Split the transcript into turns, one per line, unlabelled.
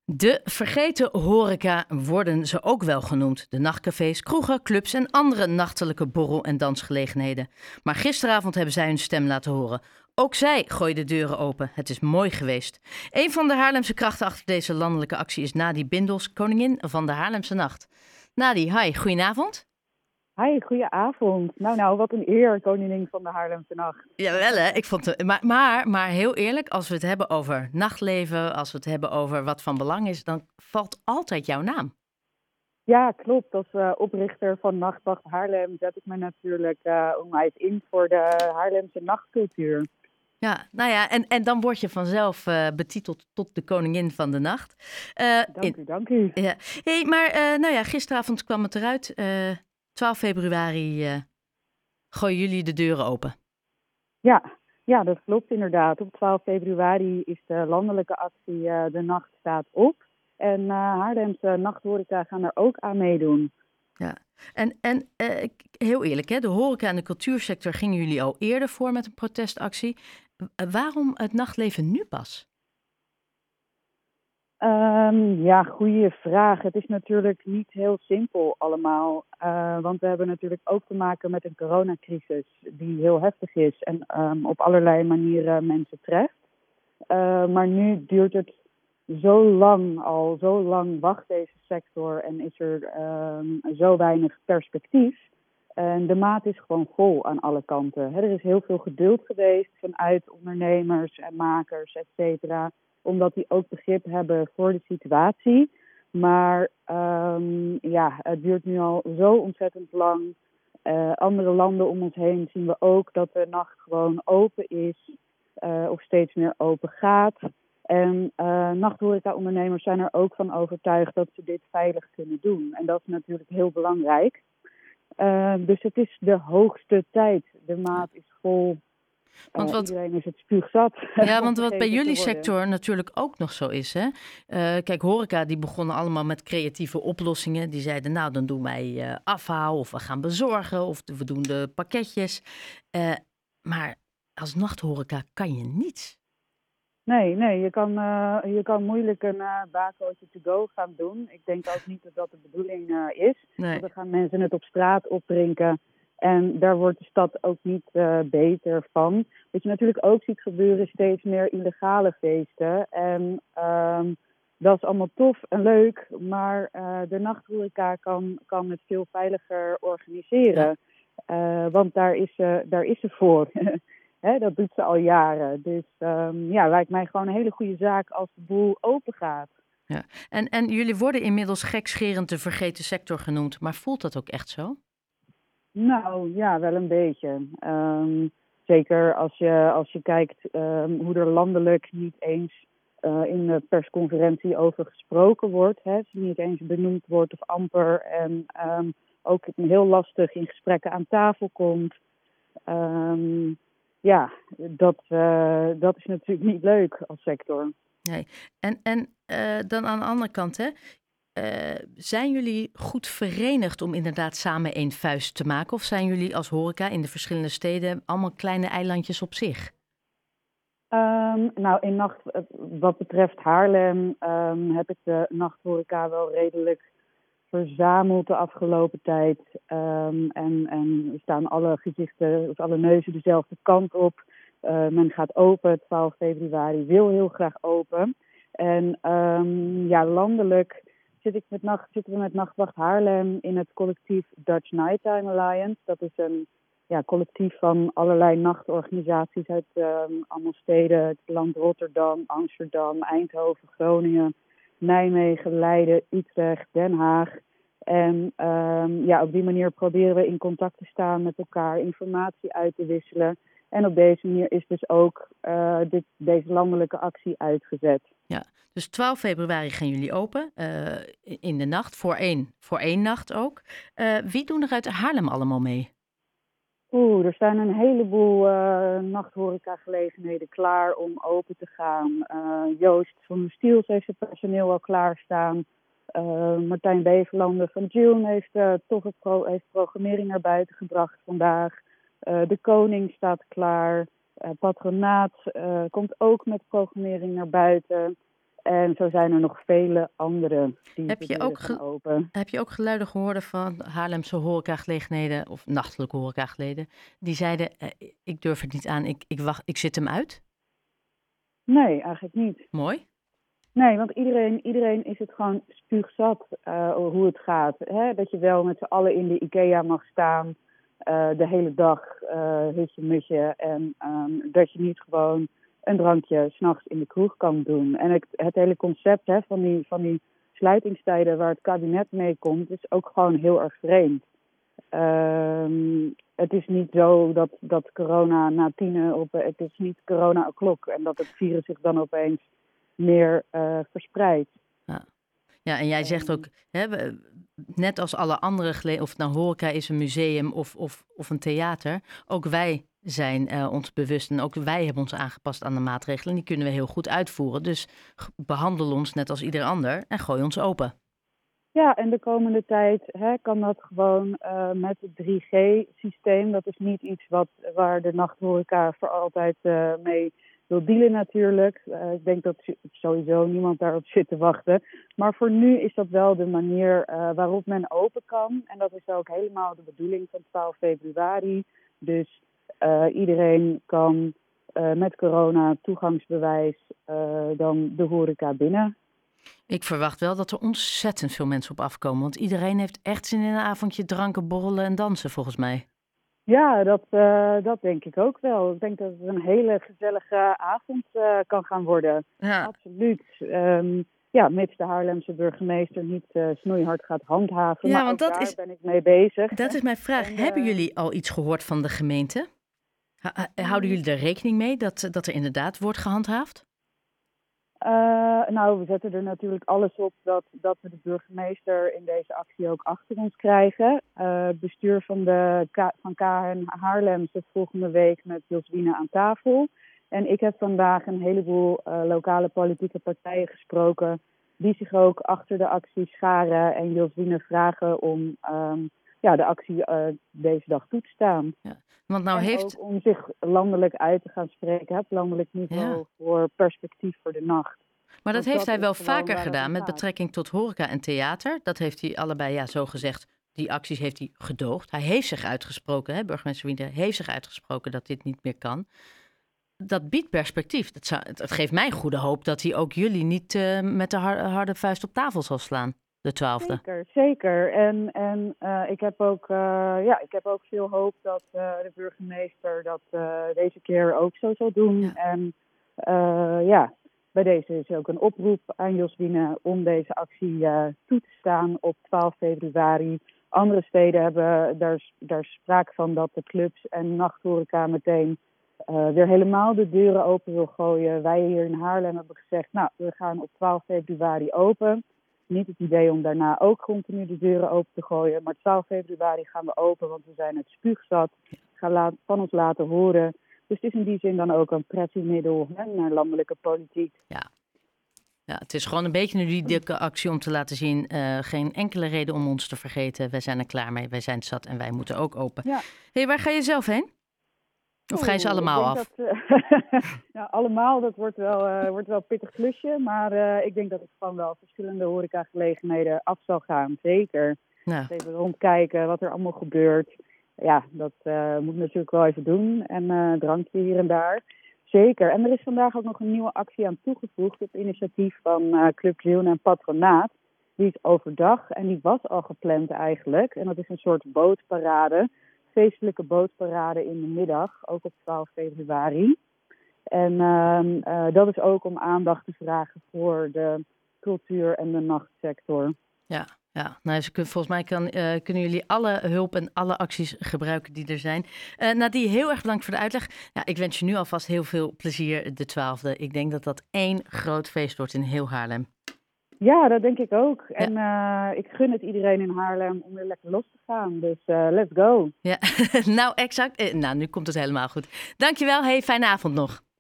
De vergeten horeca worden ze ook wel genoemd. De nachtcafés, kroegen, clubs en andere nachtelijke borrel- en dansgelegenheden. Maar gisteravond hebben zij hun stem laten horen. Ook zij gooien de deuren open. Het is mooi geweest. Een van de Haarlemse krachten achter deze landelijke actie is Nadi Bindels, koningin van de Haarlemse Nacht. Nadi, hi, goedenavond.
Hi, goedenavond. Nou, wat een eer, koningin van de Haarlemse Nacht.
Jawel hè, ik vond het, maar heel eerlijk, als we het hebben over nachtleven, als we het hebben over wat van belang is, dan valt altijd jouw naam.
Ja, klopt. Als oprichter van Nachtwacht Haarlem zet ik me natuurlijk onwijs in voor de Haarlemse nachtcultuur.
Ja, nou ja, en dan word je vanzelf betiteld tot de koningin van de nacht.
Dank u.
Ja. Hey, maar nou ja, gisteravond kwam het eruit. 12 februari gooien jullie de deuren open.
Ja, dat klopt inderdaad. Op 12 februari is de landelijke actie De Nacht staat op. En Haarlemse nachthoreca gaan er ook aan meedoen.
Ja, en heel eerlijk, hè, de horeca en de cultuursector gingen jullie al eerder voor met een protestactie. Waarom het nachtleven nu pas?
Ja, goede vraag. Het is natuurlijk niet heel simpel allemaal. Want we hebben natuurlijk ook te maken met een coronacrisis die heel heftig is en op allerlei manieren mensen treft. Maar nu duurt het zo lang wacht deze sector en is er zo weinig perspectief. En de maat is gewoon vol aan alle kanten. Er is heel veel geduld geweest vanuit ondernemers en makers, et cetera, omdat die ook begrip hebben voor de situatie. Maar het duurt nu al zo ontzettend lang. Andere landen om ons heen zien we ook dat de nacht gewoon open is of steeds meer open gaat. En nachthoreca-ondernemers zijn er ook van overtuigd dat ze dit veilig kunnen doen. En dat is natuurlijk heel belangrijk. Dus het is de hoogste tijd. De maat is vol. Iedereen is het spuugzat.
Ja, want wat bij jullie sector natuurlijk ook nog zo is, hè? Kijk, horeca die begonnen allemaal met creatieve oplossingen. Die zeiden, nou, dan doen wij afhaal of we gaan bezorgen of we doen de pakketjes. Maar als nachthoreca kan je niets.
Nee, je kan moeilijk een bakootje to go gaan doen. Ik denk ook niet dat dat de bedoeling is.
Nee.
Want dan gaan mensen het op straat opdrinken. En daar wordt de stad ook niet beter van. Wat je natuurlijk ook ziet gebeuren, steeds meer illegale feesten. En dat is allemaal tof en leuk. Maar de nachthoreca kan het veel veiliger organiseren. Ja. Want daar is ze voor. Dat doet ze al jaren. Dus lijkt mij gewoon een hele goede zaak als de boel open gaat.
Ja. En jullie worden inmiddels gekscherend de vergeten sector genoemd. Maar voelt dat ook echt zo?
Nou, ja, wel een beetje. Zeker als je kijkt hoe er landelijk niet eens in de persconferentie over gesproken wordt. Niet eens benoemd wordt of amper. En ook heel lastig in gesprekken aan tafel komt. Dat is natuurlijk niet leuk als sector.
Nee. En dan aan de andere kant, hè? Zijn jullie goed verenigd om inderdaad samen één vuist te maken? Of zijn jullie als horeca in de verschillende steden allemaal kleine eilandjes op zich?
Wat betreft Haarlem heb ik de nachthoreca wel redelijk verzameld de afgelopen tijd. En staan alle gezichten, of alle neuzen dezelfde kant op. Men gaat open, 12 februari wil heel graag open. En landelijk zitten we met Nachtwacht Haarlem in het collectief Dutch Nighttime Alliance. Dat is een collectief van allerlei nachtorganisaties uit allemaal steden. Het land Rotterdam, Amsterdam, Eindhoven, Groningen, Nijmegen, Leiden, Utrecht, Den Haag. En op die manier proberen we in contact te staan met elkaar, informatie uit te wisselen. En op deze manier is dus ook deze landelijke actie uitgezet.
Ja, dus 12 februari gaan jullie open, in de nacht, voor één nacht ook. Wie doen er uit Haarlem allemaal mee?
Er staan een heleboel nachthorecagelegenheden klaar om open te gaan. Joost van der Stiels heeft het personeel al klaarstaan. Martijn Beverlanden van June heeft programmering naar buiten gebracht vandaag. De Koning staat klaar. Patronaat komt ook met programmering naar buiten. En zo zijn er nog vele andere die
Heb
de
je
deuren
ook,
gaan open.
heb je ook geluiden gehoord van Haarlemse horecagelegenheden of nachtelijke horecagelegenheden die zeiden, ik durf het niet aan, ik wacht, ik zit hem uit?
Nee, eigenlijk niet.
Mooi.
Nee, want iedereen is het gewoon spuugzat hoe het gaat. Hè? Dat je wel met z'n allen in de IKEA mag staan de hele dag, hutje mutje. En dat je niet gewoon een drankje 's nachts in de kroeg kan doen. En het hele concept van die sluitingstijden waar het kabinet mee komt, is ook gewoon heel erg vreemd. Het is niet zo dat corona na 10 het is niet corona o'clock en dat het virus zich dan opeens meer verspreidt.
Ja. Ja, en jij zegt ook, hè, net als alle andere of het nou horeca is, een museum of een theater, ook wij zijn ons bewust en ook wij hebben ons aangepast aan de maatregelen. En die kunnen we heel goed uitvoeren. Dus behandel ons net als ieder ander en gooi ons open.
Ja, en de komende tijd kan dat gewoon met het 3G-systeem. Dat is niet iets waar de nachthoreca voor altijd mee wil dealen natuurlijk. Ik denk dat sowieso niemand daarop zit te wachten. Maar voor nu is dat wel de manier waarop men open kan. En dat is ook helemaal de bedoeling van 12 februari. Dus iedereen kan met corona toegangsbewijs dan de horeca binnen.
Ik verwacht wel dat er ontzettend veel mensen op afkomen. Want iedereen heeft echt zin in een avondje dranken, borrelen en dansen, volgens mij.
Ja, dat denk ik ook wel. Ik denk dat het een hele gezellige avond kan gaan worden.
Ja.
Absoluut. Ja, mits de Haarlemse burgemeester niet snoeihard gaat handhaven.
Ja,
maar
want
ook daar ben ik mee bezig.
Dat is mijn vraag.
En,
Hebben jullie al iets gehoord van de gemeente? Houden jullie er rekening mee dat er inderdaad wordt gehandhaafd?
Nou, we zetten er natuurlijk alles op dat we de burgemeester in deze actie ook achter ons krijgen. Het bestuur van KN Haarlem zit volgende week met Joswine aan tafel. En ik heb vandaag een heleboel lokale politieke partijen gesproken die zich ook achter de actie scharen en Joswine vragen om de actie deze dag toe te staan.
Ja. Want nou
en ook om zich landelijk uit te gaan spreken op landelijk niveau voor perspectief voor de nacht.
Maar dat
Want
heeft hij wel
is gewoon
vaker
waar het
gedaan
om
met
gaat.
betrekking tot horeca en theater. Dat heeft hij allebei, zo gezegd, die acties heeft hij gedoogd. Hij heeft zich uitgesproken, burgemeester Wiener heeft zich uitgesproken dat dit niet meer kan. Dat biedt perspectief. Dat geeft mij goede hoop dat hij ook jullie niet met de harde vuist op tafel zal slaan, de 12e.
Zeker. En ik heb ook veel hoop dat de burgemeester dat deze keer ook zo zal doen.
Ja.
En bij deze is ook een oproep aan Joswine om deze actie toe te staan op 12 februari. Andere steden hebben daar sprake van dat de clubs en nachthoreca meteen weer helemaal de deuren open wil gooien. Wij hier in Haarlem hebben gezegd, nou, we gaan op 12 februari open. Niet het idee om daarna ook continu de deuren open te gooien. Maar 12 februari gaan we open, want we zijn het spuugzat. Gaan van ons laten horen. Dus het is in die zin dan ook een pressiemiddel naar landelijke politiek.
Ja, het is gewoon een beetje nu die dikke actie om te laten zien. Geen enkele reden om ons te vergeten. Wij zijn er klaar mee, wij zijn het zat en wij moeten ook open.
Ja.
Hey, waar ga je zelf heen? Of ga je ze allemaal af?
Allemaal, dat wordt wel een pittig klusje. Maar ik denk dat ik gewoon wel verschillende horecagelegenheden af zal gaan. Zeker.
Nou.
Even rondkijken wat er allemaal gebeurt. Ja, dat moet ik natuurlijk wel even doen. En drankje hier en daar. Zeker. En er is vandaag ook nog een nieuwe actie aan toegevoegd op initiatief van Club Zielne en Patronaat. Die is overdag en die was al gepland eigenlijk. En dat is een soort bootparade. Feestelijke bootparade in de middag, ook op 12 februari. En dat is ook om aandacht te vragen voor de cultuur- en de nachtsector.
Ja. Nou, volgens mij kunnen jullie alle hulp en alle acties gebruiken die er zijn. Nadie, heel erg bedankt voor de uitleg. Ja, ik wens je nu alvast heel veel plezier de 12e. Ik denk dat dat één groot feest wordt in heel Haarlem.
Ja, dat denk ik ook. En ik gun het iedereen in Haarlem om weer lekker los te gaan. Dus let's go.
Ja, nou exact. Nou, nu komt het helemaal goed. Dankjewel. Hey, fijne avond nog.